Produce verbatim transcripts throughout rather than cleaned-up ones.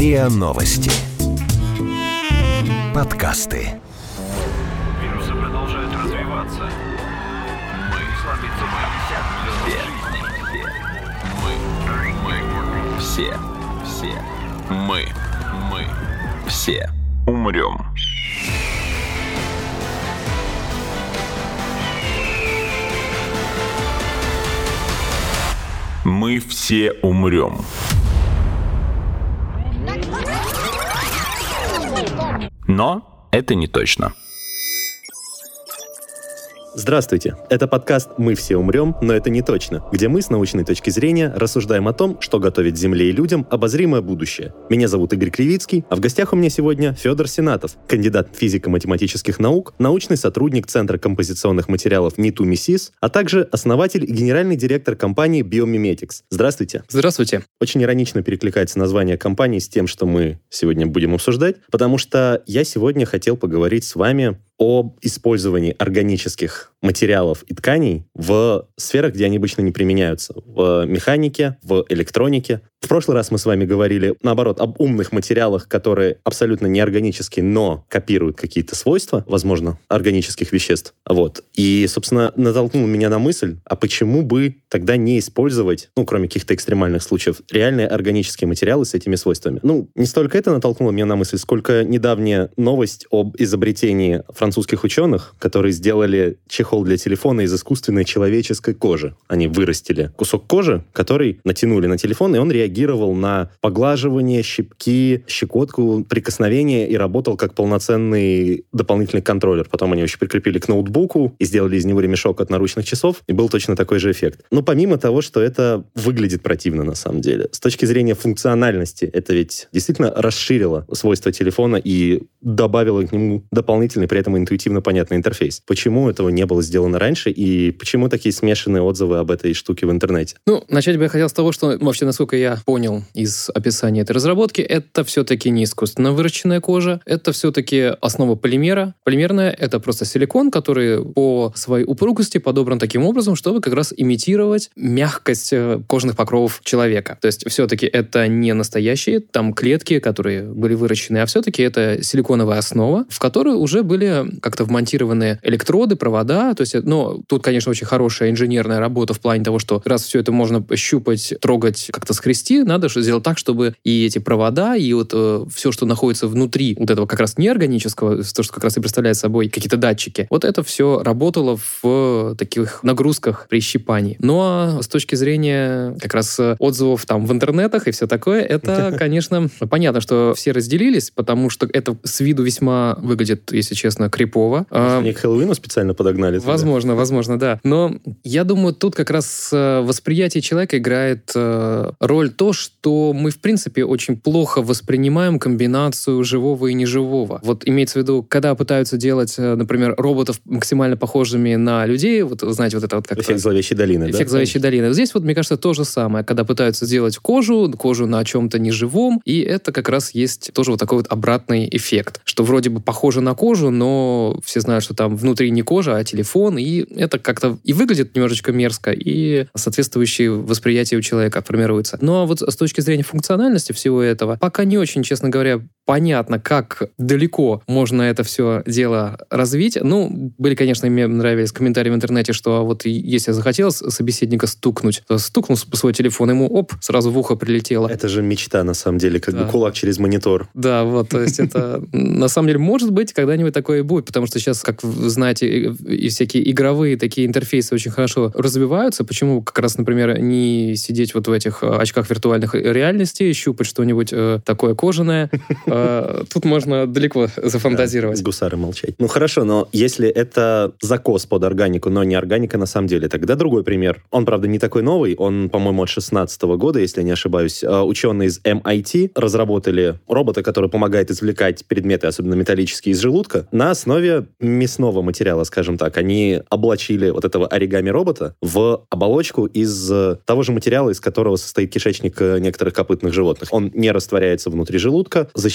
РИА Новости. Подкасты. Вирусы продолжают развиваться. Мы слабится мы. Все. Мы. Мы. Все. Все. Мы. Мы. Все. Умрем. Мы все умрем. Но это не точно. Здравствуйте, это подкаст «Мы все умрем, но это не точно», где мы с научной точки зрения рассуждаем о том, что готовит Земле и людям обозримое будущее. Меня зовут Игорь Кривицкий, а в гостях у меня сегодня Федор Сенатов, кандидат физико-математических наук, научный сотрудник Центра композиционных материалов МИТУ МИСИС, а также основатель и генеральный директор компании Biomimetics. Здравствуйте. Здравствуйте. Очень иронично перекликается название компании с тем, что мы сегодня будем обсуждать, потому что я сегодня хотел поговорить с вами об использовании органических материалов и тканей в сферах, где они обычно не применяются. В механике, в электронике. В прошлый раз мы с вами говорили, наоборот, об умных материалах, которые абсолютно неорганические, но копируют какие-то свойства, возможно, органических веществ. Вот. И, собственно, натолкнул меня на мысль, а почему бы тогда не использовать, ну, кроме каких-то экстремальных случаев, реальные органические материалы с этими свойствами? Ну, не столько это натолкнуло меня на мысль, сколько недавняя новость об изобретении французских ученых, которые сделали чехол для телефона из искусственной человеческой кожи. Они вырастили кусок кожи, который натянули на телефон, и он реагировал на поглаживание, щипки, щекотку, прикосновение и работал как полноценный дополнительный контроллер. Потом они еще прикрепили к ноутбуку и сделали из него ремешок от наручных часов, и был точно такой же эффект. Но помимо того, что это выглядит противно на самом деле, с точки зрения функциональности, это ведь действительно расширило свойства телефона и добавило к нему дополнительный, при этом интуитивно понятный интерфейс. Почему этого не было сделано раньше, и почему такие смешанные отзывы об этой штуке в интернете? Ну, начать бы я хотел с того, что, вообще, насколько я понял из описания этой разработки, это все-таки не искусственно выращенная кожа, это все-таки основа полимера. Полимерная — это просто силикон, который по своей упругости подобран таким образом, чтобы как раз имитировать мягкость кожных покровов человека. То есть все-таки это не настоящие там клетки, которые были выращены, а все-таки это силиконовая основа, в которую уже были как-то вмонтированы электроды, провода. То есть, ну, тут, конечно, очень хорошая инженерная работа в плане того, что раз все это можно щупать, трогать, как-то скрести, надо же сделать так, чтобы и эти провода, и вот э, все, что находится внутри вот этого как раз неорганического, то, что как раз и представляет собой какие-то датчики, вот это все работало в таких нагрузках при щипании. Но с точки зрения как раз отзывов там в интернетах и все такое, это, конечно, понятно, что все разделились, потому что это с виду весьма выглядит, если честно, крипово. Они к Хэллоуину специально подогнали? Возможно, туда. возможно, да. Но я думаю, тут как раз восприятие человека играет роль то, что мы, в принципе, очень плохо воспринимаем комбинацию живого и неживого. Вот имеется в виду, когда пытаются делать, например, роботов максимально похожими на людей, вот, знаете, вот это вот как-то... Эффект зловещей долины, Эффект да? Эффект зловещей долины. Здесь вот, мне кажется, то же самое, когда пытаются сделать кожу, кожу на чем-то неживом, и это как раз есть тоже вот такой вот обратный эффект, что вроде бы похоже на кожу, но все знают, что там внутри не кожа, а телефон, и это как-то и выглядит немножечко мерзко, и соответствующее восприятие у человека формируется. Но вот с точки зрения функциональности всего этого, пока не очень, честно говоря, понятно, как далеко можно это все дело развить. Ну, были, конечно, мне нравились комментарии в интернете, что вот если захотел собеседника стукнуть, то стукнул по свой телефон, ему оп, сразу в ухо прилетело. Это же мечта, на самом деле, как да. бы кулак через монитор. Да, вот, то есть это на самом деле может быть, когда-нибудь такое и будет, потому что сейчас, как вы знаете, и всякие игровые такие интерфейсы очень хорошо развиваются. Почему как раз, например, не сидеть вот в этих очках виртуальных реальностей, щупать что-нибудь э, такое кожаное? Э, тут можно далеко зафантазировать. Да, гусары молчать. Ну хорошо, но если это закос под органику, но не органика на самом деле, тогда другой пример. Он, правда, не такой новый, он, по-моему, от шестнадцатого года, если я не ошибаюсь. Ученые из эм ай ти разработали робота, который помогает извлекать предметы, особенно металлические, из желудка на основе мясного материала, скажем так. Они облачили вот этого оригами-робота в оболочку из того же материала, из которого состоит кишечник некоторых копытных животных. Он не растворяется внутри желудка, защищает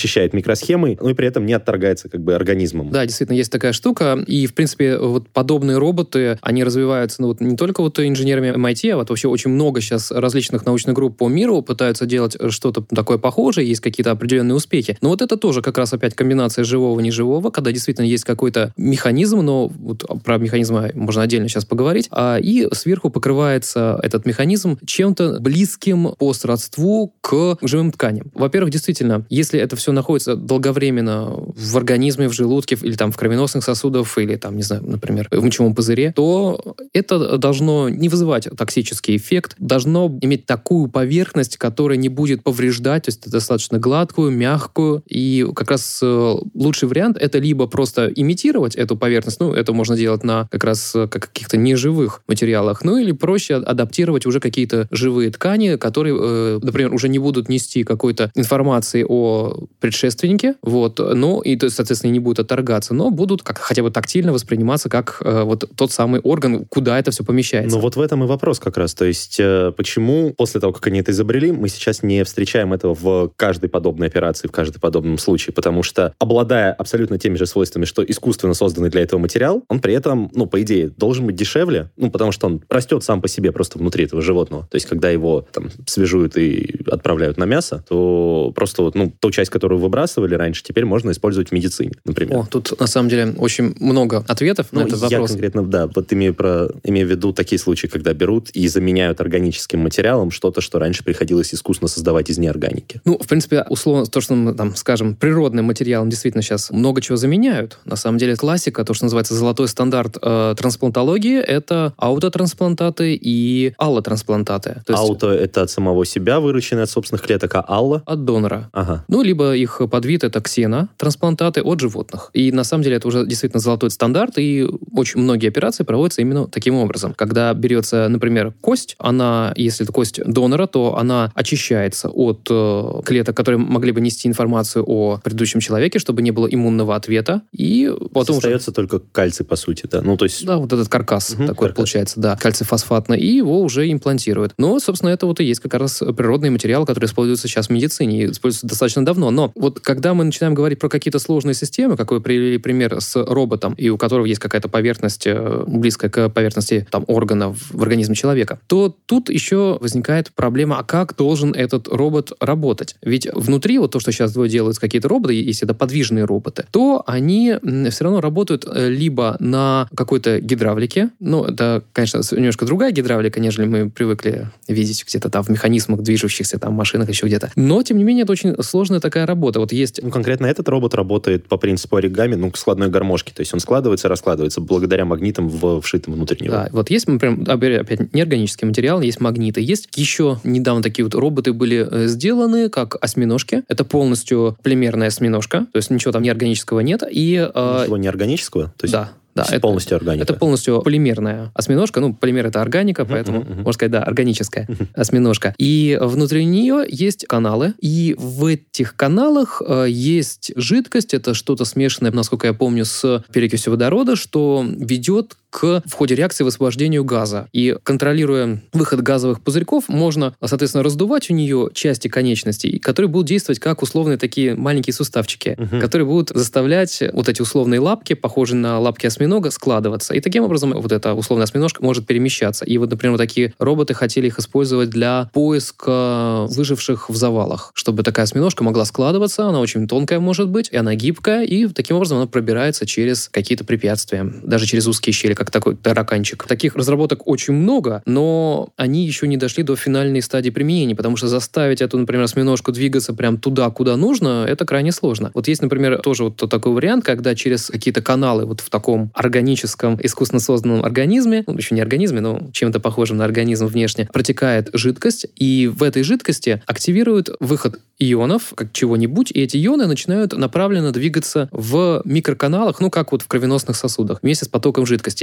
защищает микросхемой, но и при этом не отторгается как бы организмом. Да, действительно, есть такая штука. И, в принципе, вот подобные роботы, они развиваются, ну, вот не только вот инженерами эм ай ти, а вот вообще очень много сейчас различных научных групп по миру пытаются делать что-то такое похожее, есть какие-то определенные успехи. Но вот это тоже как раз опять комбинация живого-неживого, когда действительно есть какой-то механизм, но вот про механизмы можно отдельно сейчас поговорить, а, и сверху покрывается этот механизм чем-то близким по сродству к живым тканям. Во-первых, действительно, если это все находится долговременно в организме, в желудке или там в кровеносных сосудах, или там, не знаю, например, в мочевом пузыре, то это должно не вызывать токсический эффект, должно иметь такую поверхность, которая не будет повреждать, то есть это достаточно гладкую, мягкую, и как раз лучший вариант — это либо просто имитировать эту поверхность, ну, это можно делать на как раз как каких-то неживых материалах, ну, или проще адаптировать уже какие-то живые ткани, которые, э, например, уже не будут нести какой-то информации о предшественнике, вот, но, и, то есть, соответственно, не будут отторгаться, но будут как хотя бы тактильно восприниматься как э, вот тот самый орган, куда это все помещается. Ну, вот в этом и вопрос как раз, то есть, э, почему после того, как они это изобрели, мы сейчас не встречаем этого в каждой подобной операции, в каждом подобном случае, потому что, обладая абсолютно теми же свойствами, что искусственно созданный для этого материал, он при этом, ну, по идее, должен быть дешевле, ну, потому что он растет сам по себе просто внутри этого животного. То есть, когда его там свежуют и отправляют на мясо, то просто вот, ну, ту часть, которую выбрасывали раньше, теперь можно использовать в медицине, например. О, тут, на самом деле, очень много ответов ну, на этот я вопрос. конкретно, да, вот имею, про, имею в виду такие случаи, когда берут и заменяют органическим материалом что-то, что раньше приходилось искусственно создавать из неорганики. Ну, в принципе, условно, то, что мы, там, скажем, природным материалом действительно сейчас много чего заменяют. На самом деле, классика, то, что называется золотой стандарт э, трансплантологии, это аутотрансплантаты и аллотрансплантаты. То есть Ауто — это от самого себя, выращенное от собственных клеток, а алло? от донора. Ага. Ну, либо их подвид — это ксенотрансплантаты от животных. И на самом деле это уже действительно золотой стандарт, и очень многие операции проводятся именно таким образом. Когда берется, например, кость, она, если это кость донора, то она очищается от э, клеток, которые могли бы нести информацию о предыдущем человеке, чтобы не было иммунного ответа, и потом Остается уже... только кальций, по сути, да? Ну, то есть... Да, вот этот каркас Угу, такой каркас. получается, да, кальций-фосфатный, и его уже имплантируют. Но, собственно, это вот и есть как раз природный материал, который используется сейчас в медицине, и используется достаточно давно. Но вот когда мы начинаем говорить про какие-то сложные системы, как вы привели пример с роботом, и у которого есть какая-то поверхность, э, близкая к поверхности там, органа в, в организме человека, то тут еще возникает проблема, а как должен этот робот работать? Ведь внутри, вот то, что сейчас делают какие-то роботы, если это подвижные роботы, то они все равно работают либо на какой-то гидравлике, ну, это, конечно, немножко другая гидравлика, нежели мы привыкли видеть где-то там в механизмах, движущихся там машинах, еще где-то. Но, тем не менее, это очень сложная такая работа. Вот есть... Ну, конкретно этот робот работает по принципу оригами, ну, к складной гармошке, то есть он складывается, раскладывается благодаря магнитам, в, вшитым внутрь него. Да, вот есть, например, опять неорганический материал, есть магниты, есть еще недавно такие вот роботы были сделаны, как осьминожки. Это полностью полимерная осьминожка, то есть ничего там неорганического нет. И, Ничего неорганического? То есть... Да. Да, это полностью органика. Это полностью полимерная осьминожка. Ну, полимер — это органика, uh-huh, поэтому, uh-huh. можно сказать, да, органическая uh-huh. осьминожка. И внутри нее есть каналы, и в этих каналах э, есть жидкость, это что-то смешанное, насколько я помню, с перекисью водорода, что ведет к, в ходе реакции, высвобождению газа. И контролируя выход газовых пузырьков, можно, соответственно, раздувать у нее части конечностей, которые будут действовать как условные такие маленькие суставчики, uh-huh. которые будут заставлять вот эти условные лапки, похожие на лапки осьминога, складываться. И таким образом вот эта условная осьминожка может перемещаться. И вот, например, вот такие роботы хотели их использовать для поиска выживших в завалах, чтобы такая осьминожка могла складываться, она очень тонкая может быть, и она гибкая, и таким образом она пробирается через какие-то препятствия, даже через узкие щели, как такой тараканчик. Таких разработок очень много, но они еще не дошли до финальной стадии применения, потому что заставить эту, например, осьминожку двигаться прям туда, куда нужно, это крайне сложно. Вот есть, например, тоже вот такой вариант, когда через какие-то каналы вот в таком органическом, искусственно созданном организме, ну, еще не организме, но чем-то похожим на организм внешне, протекает жидкость, и в этой жидкости активируют выход ионов, как чего-нибудь, и эти ионы начинают направленно двигаться в микроканалах, ну, как вот в кровеносных сосудах, вместе с потоком жидкости.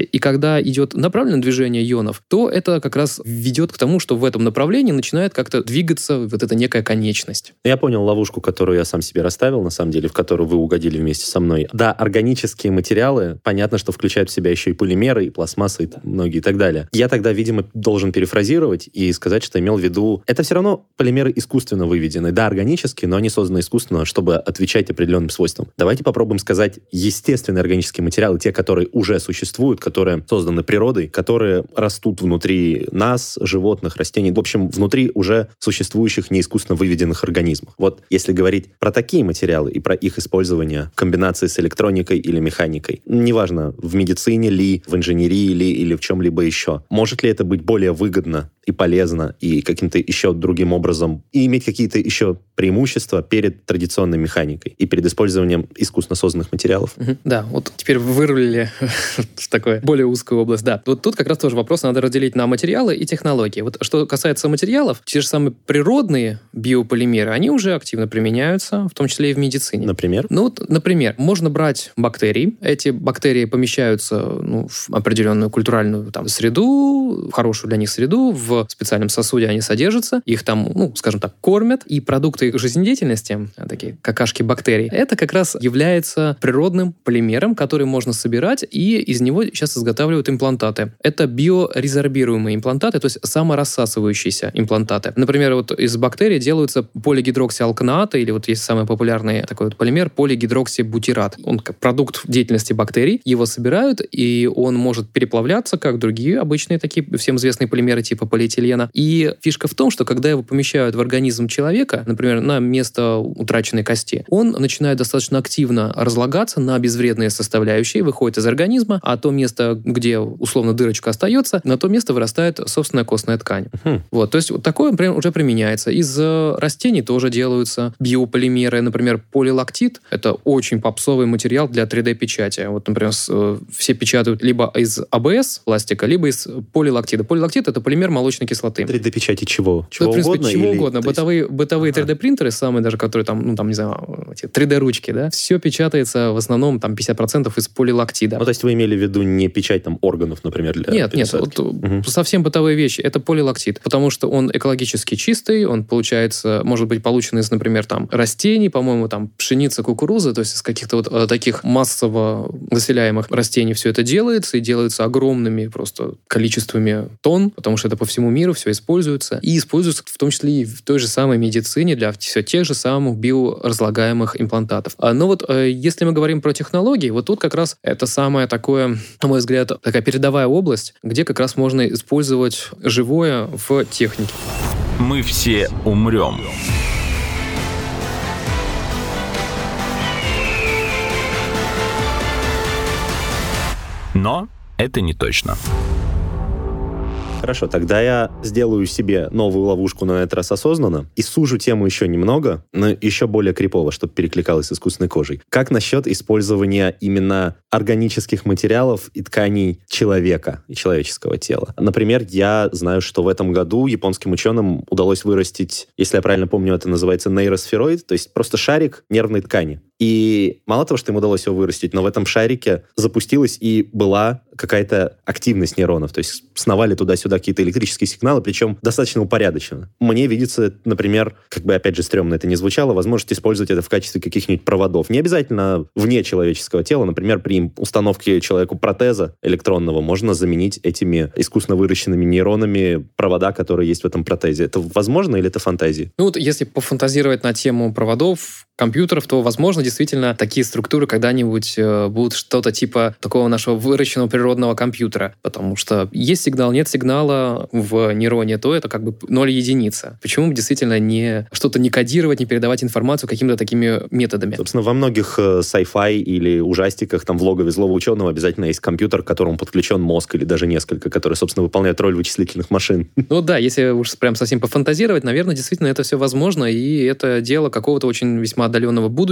и когда идет направленное движение ионов, то это как раз ведет к тому, что в этом направлении начинает как-то двигаться вот эта некая конечность. Я понял ловушку, которую я сам себе расставил, на самом деле, в которую вы угодили вместе со мной. Да, органические материалы, понятно, что включают в себя еще и полимеры, и пластмассы, и многие и так далее. Я тогда, видимо, должен перефразировать и сказать, что имел в виду... Это все равно полимеры искусственно выведены. Да, органические, но они созданы искусственно, чтобы отвечать определенным свойствам. Давайте попробуем сказать естественные органические материалы, те, которые уже существуют, которые созданы природой, которые растут внутри нас, животных, растений, в общем, внутри уже существующих неискусственно выведенных организмов. Вот если говорить про такие материалы и про их использование в комбинации с электроникой или механикой, неважно, в медицине ли, в инженерии ли или в чем-либо еще, может ли это быть более выгодно и полезно, и каким-то еще другим образом, и иметь какие-то еще преимущества перед традиционной механикой и перед использованием искусственно созданных материалов. Угу. Да, вот теперь вырулили в такую более узкую область. Да, вот тут как раз тоже вопрос надо разделить на материалы и технологии. Вот что касается материалов, те же самые природные биополимеры, они уже активно применяются, в том числе и в медицине. Например? Ну вот, например, можно брать бактерии. Эти бактерии помещаются ну, в определенную культуральную там, среду, в хорошую для них среду, в специальном сосуде они содержатся, их там, ну, скажем так, кормят, и продукты их жизнедеятельности, такие какашки бактерий, это как раз является природным полимером, который можно собирать, и из него сейчас изготавливают имплантаты. Это биорезорбируемые имплантаты, то есть саморассасывающиеся имплантаты. Например, вот из бактерий делаются полигидроксиалканаты, или вот есть самый популярный такой вот полимер полигидроксибутират. Он как продукт деятельности бактерий, его собирают, и он может переплавляться, как другие обычные такие всем известные полимеры типа полиэтилена. И фишка в том, что когда его помещают в организм человека, например, на место утраченной кости, он начинает достаточно активно разлагаться на безвредные составляющие, выходит из организма, а то место, где условно дырочка остается, на то место вырастает собственная костная ткань. Uh-huh. Вот, то есть вот такое, например, уже применяется. Из растений тоже делаются биополимеры, например, полилактит. Это очень попсовый материал для три дэ-печати. Вот, например, все печатают либо из а бэ эс пластика, либо из полилактита. Полилактит — это полимер молочной кислоты. три дэ-печати чего? Чего да, в принципе, угодно? Чего или... угодно. Бытовые, есть... бытовые ага. три дэ-принтеры, самые даже, которые там, ну, там, не знаю, эти три дэ-ручки, да, все печатается в основном там пятьдесят процентов из полилактида. Ну, то есть вы имели в виду не печать там органов, например, для Нет, пересадки? нет, вот, угу. совсем бытовые вещи. Это полилактит, потому что он экологически чистый, он получается, может быть получен из, например, там, растений, по-моему, там, пшеница, кукуруза, то есть из каких-то вот э, таких массово заселяемых растений все это делается, и делается огромными просто количествами тонн, потому что это по всему миру все используется, и используется в том числе и в той же самой медицине для все тех же самых биоразлагаемых имплантатов. А, но вот э, если мы говорим про технологии, вот тут как раз это самое такое, на мой взгляд, такая передовая область, где как раз можно использовать живое в технике. Мы все умрем. Но это не точно. Хорошо, тогда я сделаю себе новую ловушку на этот раз осознанно и сужу тему еще немного, но еще более крипово, чтобы перекликалось с искусственной кожей. Как насчет использования именно органических материалов и тканей человека и человеческого тела? Например, я знаю, что в этом году японским ученым удалось вырастить, если я правильно помню, это называется нейросфероид, то есть просто шарик нервной ткани. И мало того, что им удалось его вырастить, но в этом шарике запустилась и была какая-то активность нейронов. То есть сновали туда-сюда какие-то электрические сигналы, причем достаточно упорядоченно. Мне видится, например, как бы опять же стрёмно это не звучало, возможность использовать это в качестве каких-нибудь проводов. Не обязательно вне человеческого тела. Например, при установке человеку протеза электронного можно заменить этими искусственно выращенными нейронами провода, которые есть в этом протезе. Это возможно или это фантазии? Ну вот если пофантазировать на тему проводов, компьютеров, то, возможно, действительно такие структуры когда-нибудь э, будут что-то типа такого нашего выращенного природного компьютера. Потому что есть сигнал, нет сигнала в нейроне, то это как бы ноль единица. Почему бы действительно не что-то не кодировать, не передавать информацию какими-то такими методами? Собственно, во многих э, sci-fi или ужастиках, там в логове злого ученого обязательно есть компьютер, к которому подключен мозг или даже несколько, которые, собственно, выполняют роль вычислительных машин. Ну да, если уж прям совсем пофантазировать, наверное, действительно это все возможно, и это дело какого-то очень весьма отдаленного будущего, но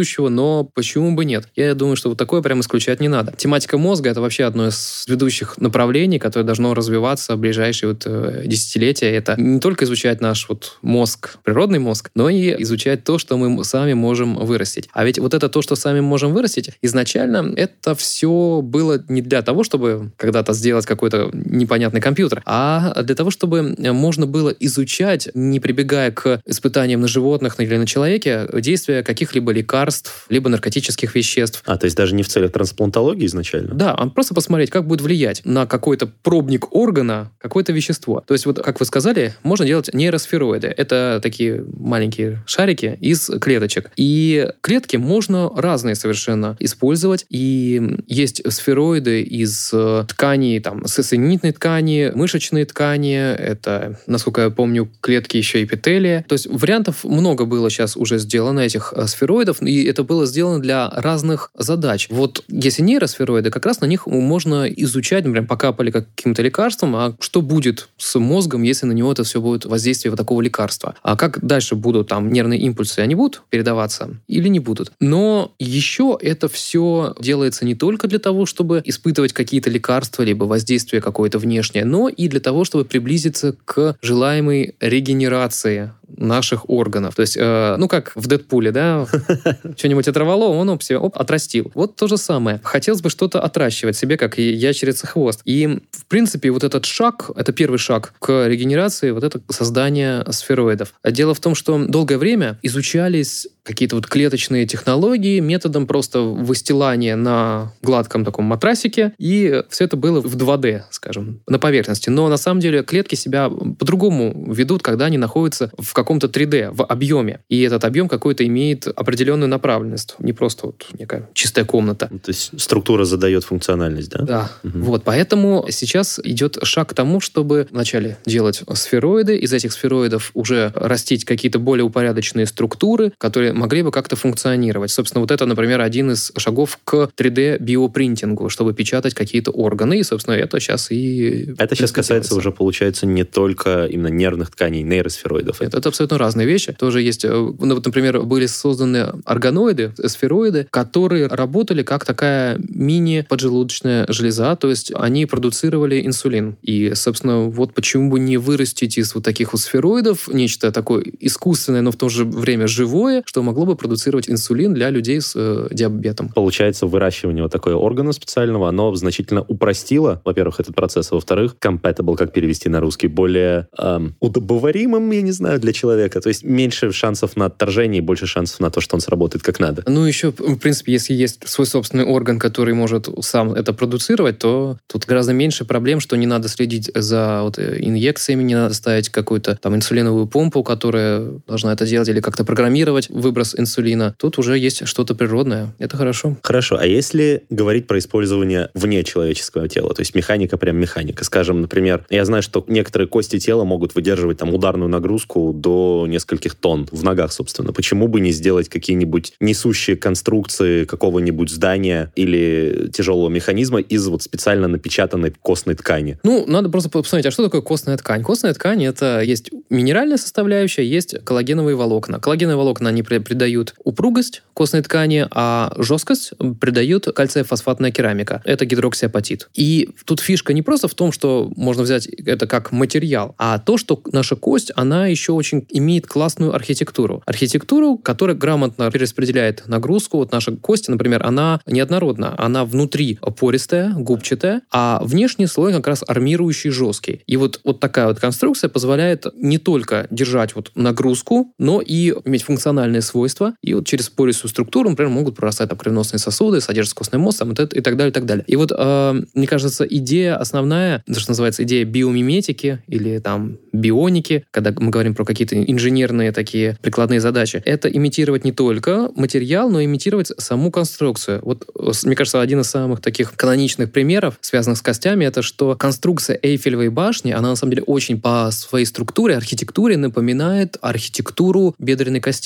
но почему бы нет? Я думаю, что вот такое прям исключать не надо. Тематика мозга — это вообще одно из ведущих направлений, которое должно развиваться в ближайшие вот э, десятилетия. Это не только изучать наш вот мозг, природный мозг, но и изучать то, что мы сами можем вырастить. А ведь вот это то, что сами можем вырастить, изначально это все было не для того, чтобы когда-то сделать какой-то непонятный компьютер, а для того, чтобы можно было изучать, не прибегая к испытаниям на животных или на человеке, действия каких-либо лекарств, либо наркотических веществ. А, то есть даже не в целях трансплантологии изначально? Да, а просто посмотреть, как будет влиять на какой-то пробник органа какое-то вещество. То есть вот, как вы сказали, можно делать нейросфероиды. Это такие маленькие шарики из клеточек. И клетки можно разные совершенно использовать. И есть сфероиды из тканей, там, соединительной ткани, мышечной ткани. Это, насколько я помню, клетки еще эпителия. То есть вариантов много было сейчас уже сделано этих сфероидов, и это было сделано для разных задач. Вот если нейросфероиды, как раз на них можно изучать, например, покапали каким-то лекарством, а что будет с мозгом, если на него это все будет воздействие вот такого лекарства? А как дальше будут там нервные импульсы, они будут передаваться или не будут? Но еще это все делается не только для того, чтобы испытывать какие-то лекарства, либо воздействие какое-то внешнее, но и для того, чтобы приблизиться к желаемой регенерации наших органов. То есть, э, ну, как в Дэдпуле, да? Что-нибудь оторвало, он оп, себе, оп, отрастил. Вот то же самое. Хотелось бы что-то отращивать себе, как и ящерица хвост. И, в принципе, вот этот шаг, это первый шаг к регенерации, вот это создание сфероидов. Дело в том, что долгое время изучались какие-то вот клеточные технологии методом просто выстилания на гладком таком матрасике, и все это было в два дэ, скажем, на поверхности. Но на самом деле клетки себя по-другому ведут, когда они находятся в каком-то три дэ, в объеме. И этот объем какой-то имеет определенную направленность. Не просто вот некая чистая комната. То есть структура задает функциональность, да? Да. Угу. Вот, поэтому сейчас идет шаг к тому, чтобы вначале делать сфероиды, из этих сфероидов уже растить какие-то более упорядоченные структуры, которые могли бы как-то функционировать. Собственно, вот это, например, один из шагов к три дэ-биопринтингу, чтобы печатать какие-то органы, и, собственно, это сейчас и... Это сейчас касается уже, получается, не только именно нервных тканей, нейросфероидов. Это, это абсолютно разные вещи. Тоже есть, ну, вот, например, были созданы органоиды, сфероиды, которые работали как такая мини-поджелудочная железа, то есть они продуцировали инсулин. И, собственно, вот почему бы не вырастить из вот таких вот сфероидов нечто такое искусственное, но в то же время живое, что могло бы продуцировать инсулин для людей с э, диабетом. Получается, выращивание вот такого органа специального, оно значительно упростило, во-первых, этот процесс, а во-вторых, compatible, как перевести на русский, более эм, удобоваримым, я не знаю, для человека. То есть меньше шансов на отторжение и больше шансов на то, что он сработает как надо. Ну, еще, в принципе, если есть свой собственный орган, который может сам это продуцировать, то тут гораздо меньше проблем, что не надо следить за вот инъекциями, не надо ставить какую-то там инсулиновую помпу, которая должна это делать, или как-то программировать выброс инсулина. Тут уже есть что-то природное. Это хорошо. Хорошо. А если говорить про использование вне человеческого тела, то есть механика прям механика, скажем, например, я знаю, что некоторые кости тела могут выдерживать там ударную нагрузку до нескольких тонн в ногах, собственно. Почему бы не сделать какие-нибудь несущие конструкции какого-нибудь здания или тяжелого механизма из вот специально напечатанной костной ткани? Ну, надо просто посмотреть, а что такое костная ткань? Костная ткань — это есть минеральная составляющая, есть коллагеновые волокна. Коллагеновые волокна, они придают упругость костной ткани, а жесткость придает кальциево-фосфатная керамика. Это гидроксиапатит. И тут фишка не просто в том, что можно взять это как материал, а то, что наша кость, она еще очень имеет классную архитектуру. Архитектуру, которая грамотно перераспределяет нагрузку. Вот наша кость, например, она неоднородна. Она внутри пористая, губчатая, а внешний слой как раз армирующий, жесткий. И вот, вот такая вот конструкция позволяет не только держать вот нагрузку, но и иметь функциональные свойства. И вот через пористую структуру, например, могут прорастать там кровеносные сосуды, содержится костный мозг, там, и так далее, и так далее. И вот, э, мне кажется, идея основная, то, что называется идея биомиметики или там бионики, когда мы говорим про какие-то инженерные такие прикладные задачи, это имитировать не только материал, но и имитировать саму конструкцию. Вот, мне кажется, один из самых таких каноничных примеров, связанных с костями, это что конструкция Эйфелевой башни, она на самом деле очень по своей структуре, архитектуре напоминает архитектуру бедренной кости. Это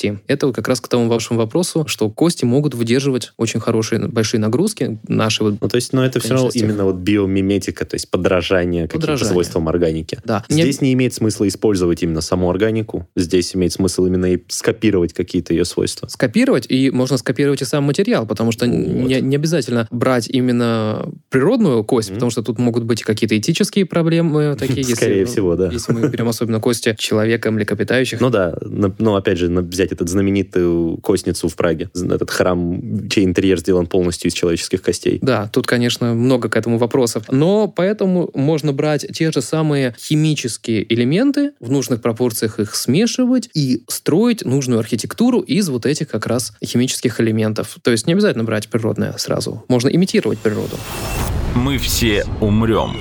это как раз к тому вашему вопросу, что кости могут выдерживать очень хорошие, большие нагрузки. Наши вот, ну, то есть, но это все равно именно вот биомиметика, то есть подражание, подражание. каким-то свойствам органики. Да. Здесь не... не имеет смысла использовать именно саму органику, здесь имеет смысл именно и скопировать какие-то ее свойства. Скопировать, и можно скопировать и сам материал, потому что вот. не, не обязательно брать именно природную кость, mm-hmm. потому что тут могут быть какие-то этические проблемы такие. Скорее если, всего, да. Если мы берем особенно кости человека, млекопитающих. Ну да, но опять же, взять этот знаменитую костницу в Праге, этот храм, чей интерьер сделан полностью из человеческих костей. Да, тут, конечно, много к этому вопросов. Но поэтому можно брать те же самые химические элементы, в нужных пропорциях их смешивать и строить нужную архитектуру из вот этих как раз химических элементов. То есть не обязательно брать природное сразу. Можно имитировать природу. Мы все умрем.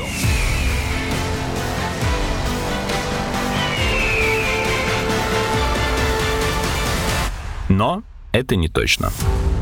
Но это не точно.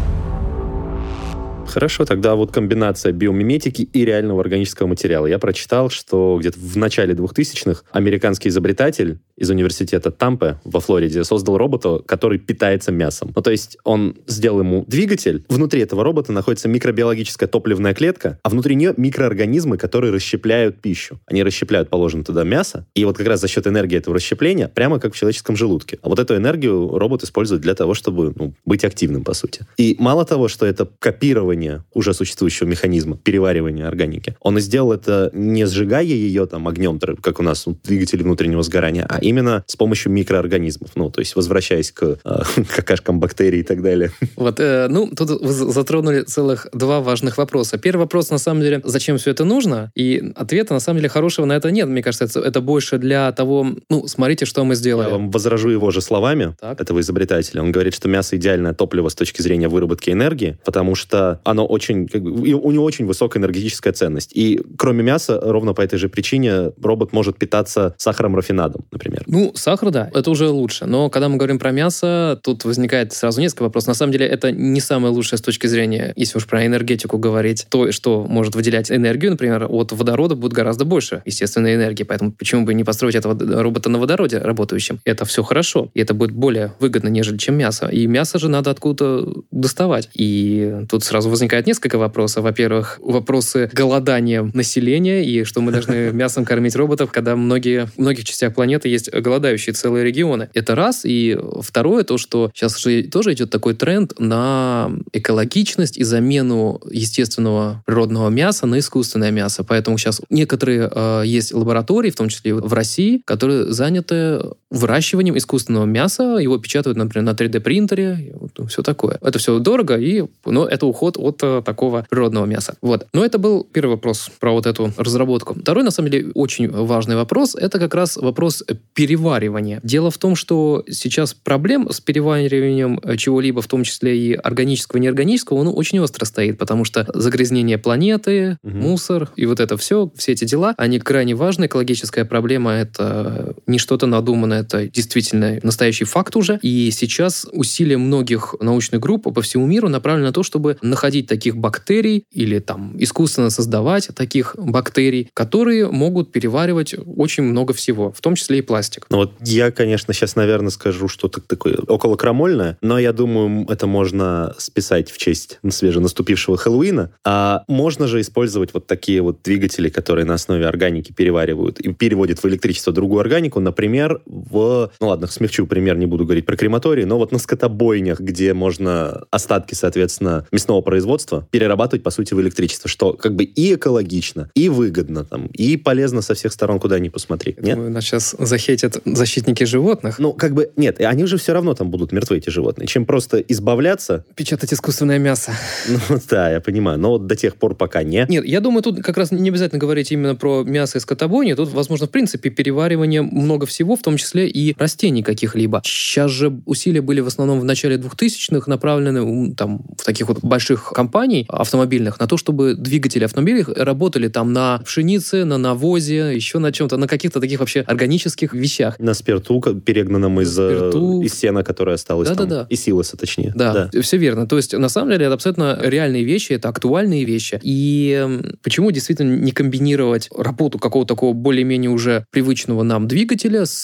Хорошо, тогда вот комбинация биомиметики и реального органического материала. Я прочитал, что где-то в начале двухтысячных американский изобретатель из университета Тампе во Флориде создал робота, который питается мясом. Ну, то есть он сделал ему двигатель, внутри этого робота находится микробиологическая топливная клетка, а внутри нее микроорганизмы, которые расщепляют пищу. Они расщепляют положенное туда мясо, и вот как раз за счет энергии этого расщепления, прямо как в человеческом желудке. А вот эту энергию робот использует для того, чтобы ну, быть активным, по сути. И мало того, что это копирование уже существующего механизма переваривания органики, он и сделал это не сжигая ее там огнем, как у нас двигатели внутреннего сгорания, а именно с помощью микроорганизмов. Ну, то есть возвращаясь к э, какашкам бактерий и так далее. Вот, э, ну, тут вы затронули целых два важных вопроса. Первый вопрос, на самом деле, зачем все это нужно? И ответа, на самом деле, хорошего на это нет. Мне кажется, это, это больше для того, ну, смотрите, что мы сделали. Я вам возражу его же словами, так. этого изобретателя. Он говорит, что мясо идеальное топливо с точки зрения выработки энергии, потому что оно очень, как бы, у него очень высокая энергетическая ценность. И кроме мяса, ровно по этой же причине робот может питаться сахаром-рафинадом, например. Ну, сахар, да, это уже лучше. Но когда мы говорим про мясо, тут возникает сразу несколько вопросов. На самом деле, это не самое лучшее с точки зрения, если уж про энергетику говорить, то, что может выделять энергию, например, от водорода будет гораздо больше естественной энергии. Поэтому почему бы не построить этого робота на водороде работающем? Это все хорошо. И это будет более выгодно, нежели чем мясо. И мясо же надо откуда-то доставать. И тут сразу возникает несколько вопросов. Во-первых, вопросы голодания населения и что мы должны мясом кормить роботов, когда многие, в многих частях планеты есть голодающие целые регионы. Это раз. И второе, то, что сейчас же тоже идет такой тренд на экологичность и замену естественного природного мяса на искусственное мясо. Поэтому сейчас некоторые э, есть лаборатории, в том числе в России, которые заняты выращиванием искусственного мяса. Его печатают, например, на три дэ принтере. Вот, все такое. Это все дорого, и, но это уход от э, такого природного мяса. Вот. Но это был первый вопрос про вот эту разработку. Второй, на самом деле, очень важный вопрос, это как раз вопрос переваривания. Дело в том, что сейчас проблем с перевариванием чего-либо, в том числе и органического и неорганического, он очень остро стоит, потому что загрязнение планеты, угу. мусор и вот это все, все эти дела, они крайне важны. Экологическая проблема — это не что-то надуманное, это действительно настоящий факт уже. И сейчас усилия многих научных групп по всему миру направлены на то, чтобы находить таких бактерий или там искусственно создавать таких бактерий, которые могут переваривать очень много всего, в том числе и пластик. Ну вот я, конечно, сейчас, наверное, скажу что-то такое околокрамольное, но я думаю, это можно списать в честь свеженаступившего Хэллоуина. А можно же использовать вот такие вот двигатели, которые на основе органики переваривают и переводят в электричество другую органику, например, в... Ну ладно, смягчу пример, не буду говорить про крематории, но вот на скотобойнях, где можно остатки, соответственно, мясного производства перерабатывать, по сути, в электричество, что как бы и экологично, и выгодно, там, и полезно со всех сторон, куда ни посмотри. Нет? Думаю, нас сейчас захейтят защитники животных. Ну, как бы, нет, они же все равно там будут мертвы, эти животные. Чем просто избавляться... Печатать искусственное мясо. Ну, да, я понимаю, но вот до тех пор, пока не... Нет, я думаю, тут как раз не обязательно говорить именно про мясо из скотобойни, тут, возможно, в принципе, переваривание много всего, в том числе и растений каких-либо. Сейчас же усилия были в основном в начале двухтысячных направлены там, в таких вот больших компаний автомобильных на то, чтобы двигатели автомобилей работали там на пшенице, на навозе, еще на чем-то, на каких-то таких вообще органических вещах. На спирту, перегнанном из, спирту. из сена, которое осталось да, там. Да, да. Из силоса, точнее. Да, да, все верно. То есть, на самом деле, это абсолютно реальные вещи, это актуальные вещи. И почему действительно не комбинировать работу какого-то такого более-менее уже привычного нам двигателя с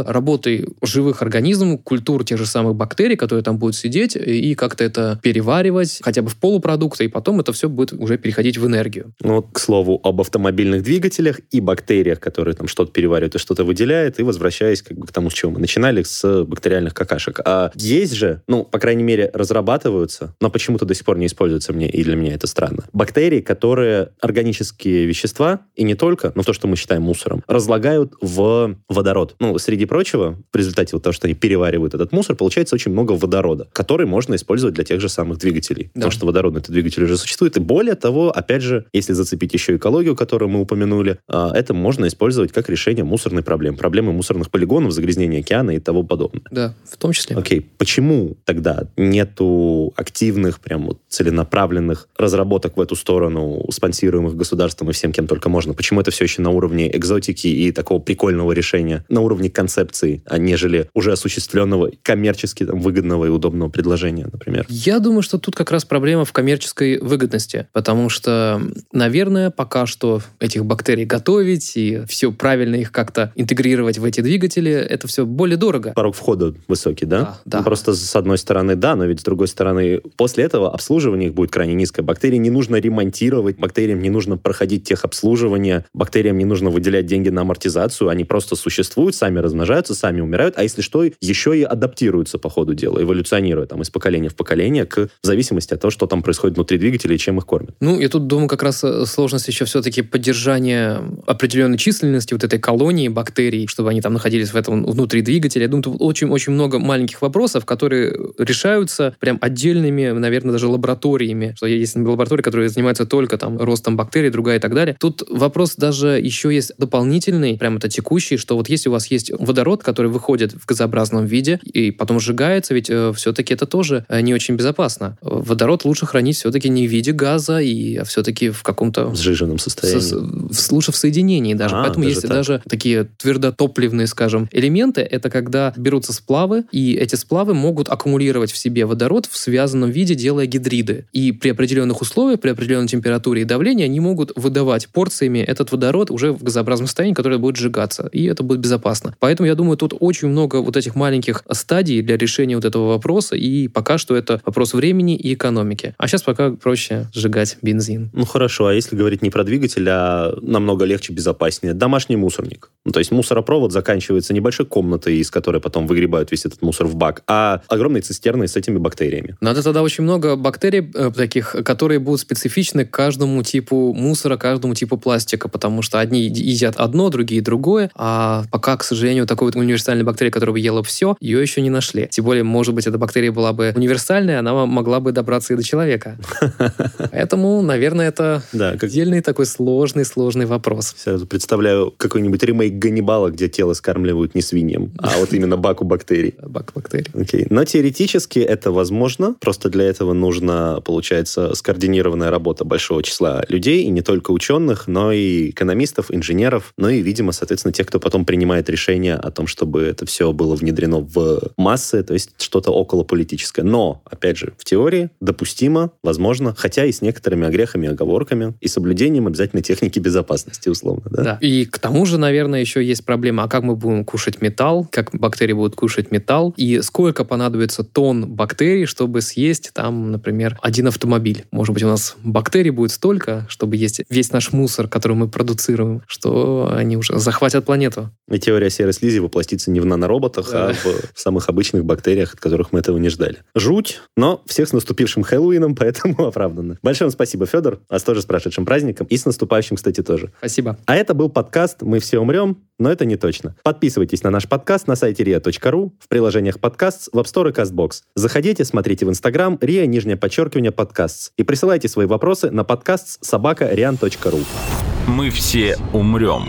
работой живых организмов, культур тех же самых бактерий, которые там будут сидеть, и как-то это переваривать, хотя бы в полупродукты, и потом это все будет уже переходить в энергию. Ну, вот, к слову, об автомобильных двигателях и бактериях, которые там что-то переваривают и что-то выделяют, и возвращаясь как бы к тому, с чего мы начинали, с бактериальных какашек. А есть же, ну, по крайней мере, разрабатываются, но почему-то до сих пор не используются мне, и для меня это странно. Бактерии, которые органические вещества, и не только, но то, что мы считаем мусором, разлагают в водород. Ну, среди прочего, в результате вот того, что они переваривают этот мусор, получается очень много водорода, который можно использовать для тех же самых двигателей. Да. Потому что водородный двигатель уже существует. И более того, опять же, если зацепить еще экологию, которую мы упомянули, это можно использовать как решение мусорной проблемы. Проблемы мусорных полигонов, загрязнения океана и того подобное. Да, в том числе. Окей, почему тогда нету активных, прям вот целенаправленных разработок в эту сторону, спонсируемых государством и всем, кем только можно? Почему это все еще на уровне экзотики и такого прикольного решения, на уровне концепции, а нежели уже осуществленного коммерчески там, выгодного и удобного предложения, например? Я думаю, что тут как раз проблема в коммерческой выгодности, потому что, наверное, пока что этих бактерий готовить и все правильно их как-то интегрировать в эти двигатели, это все более дорого. Порог входа высокий, да? Да, да. Ну, просто с одной стороны, да, но ведь с другой стороны, после этого обслуживание их будет крайне низкое. Бактерии не нужно ремонтировать, бактериям не нужно проходить техобслуживание, бактериям не нужно выделять деньги на амортизацию, они просто существуют, сами размножаются, сами умирают, а если что, еще и адаптируются по ходу дела, эволюционируют там из поколения в поколение к, в зависимости от того, что там происходит внутри двигателя и чем их кормят. Ну, я тут думаю, как раз сложность еще все-таки поддержания определенной численности вот этой колонии бактерий, чтобы они там находились в этом внутри двигателя. Я думаю, тут очень-очень много маленьких вопросов, которые решаются прям отдельными, наверное, даже лабораториями. Что есть лаборатории, которые занимаются только там ростом бактерий, другая и так далее. Тут вопрос даже еще есть дополнительный, прям это текущий, что вот если у вас есть водород, который выходит в газообразном виде и потом сжигается, ведь э, все-таки это тоже э, не очень безопасно. Водород лучше хранить все-таки не в виде газа, и, а все-таки в каком-то... В сжиженном состоянии. Со, в, лучше в соединении даже. А, Поэтому даже есть так. даже такие твердотопливные, скажем, элементы. Это когда берутся сплавы, и эти сплавы могут аккумулировать в себе водород в связанном виде, делая гидриды. И при определенных условиях, при определенной температуре и давлении они могут выдавать порциями этот водород уже в газообразном состоянии, которое будет сжигаться. И это будет безопасно. Поэтому я думаю, тут очень много вот этих маленьких стадий для решения вот этого вопроса. И пока что это вопрос времени и экономики. А сейчас пока проще сжигать бензин. Ну хорошо, а если говорить не про двигатель, а намного легче, безопаснее. Домашний мусорник. Ну, то есть мусоропровод заканчивается небольшой комнатой, из которой потом выгребают весь этот мусор в бак, а огромной цистерной с этими бактериями. Надо тогда очень много бактерий э, таких, которые будут специфичны к каждому типу мусора, каждому типу пластика, потому что одни едят одно, другие другое, а пока, к сожалению, такой вот универсальной бактерии, которая бы ела все, ее еще не нашли. Тем более, может быть, эта бактерия была бы универсальная, она могла бы добраться и до человека. Поэтому, наверное, это отдельный такой сложный-сложный вопрос. Сразу представляю какой-нибудь ремейк Ганнибала, где тело скармливают не свиньям, а вот именно баку бактерий. Бак бактерий. Окей. Но теоретически это возможно, просто для этого нужно, получается, скоординированная работа большого числа людей, и не только ученых, но и экономистов, инженеров, но и, видимо, соответственно, тех, кто потом принимает решение о том, чтобы это все было внедрено в массы, то есть что-то околополитическое. Но, опять же, в теории допустимо, возможно, хотя и с некоторыми огрехами, оговорками, и соблюдением обязательно техники безопасности, условно. Да? Да. И к тому же, наверное, еще есть проблема, а как мы будем кушать металл, как бактерии будут кушать металл, и сколько понадобится тонн бактерий, чтобы съесть там, например, один автомобиль. Может быть, у нас бактерий будет столько, чтобы есть весь наш мусор, который мы продуцируем, что они уже захватят планету. И теория серой слизи воплотится не в нанороботах, да. а в, в самых обычных бактериях, от которых мы этого не ждали. Жуть, но всех с наступившим Хэллоуином, поэтому оправданно. Большое вам спасибо, Федор, вас тоже с прошедшим праздником, и с наступающим, кстати, тоже. Спасибо. А это был подкаст «Мы все умрем», но это не точно. Подписывайтесь на наш подкаст на сайте риа точка ру, в приложениях подкаст, в App Store и CastBox. Заходите, смотрите в Instagram риа, нижнее подчеркивание, подкаст. И присылайте свои вопросы на подкаст собака риан точка ру. Мы все умрем.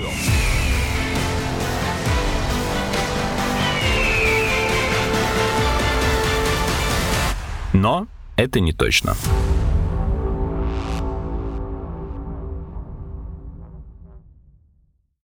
Но это не точно.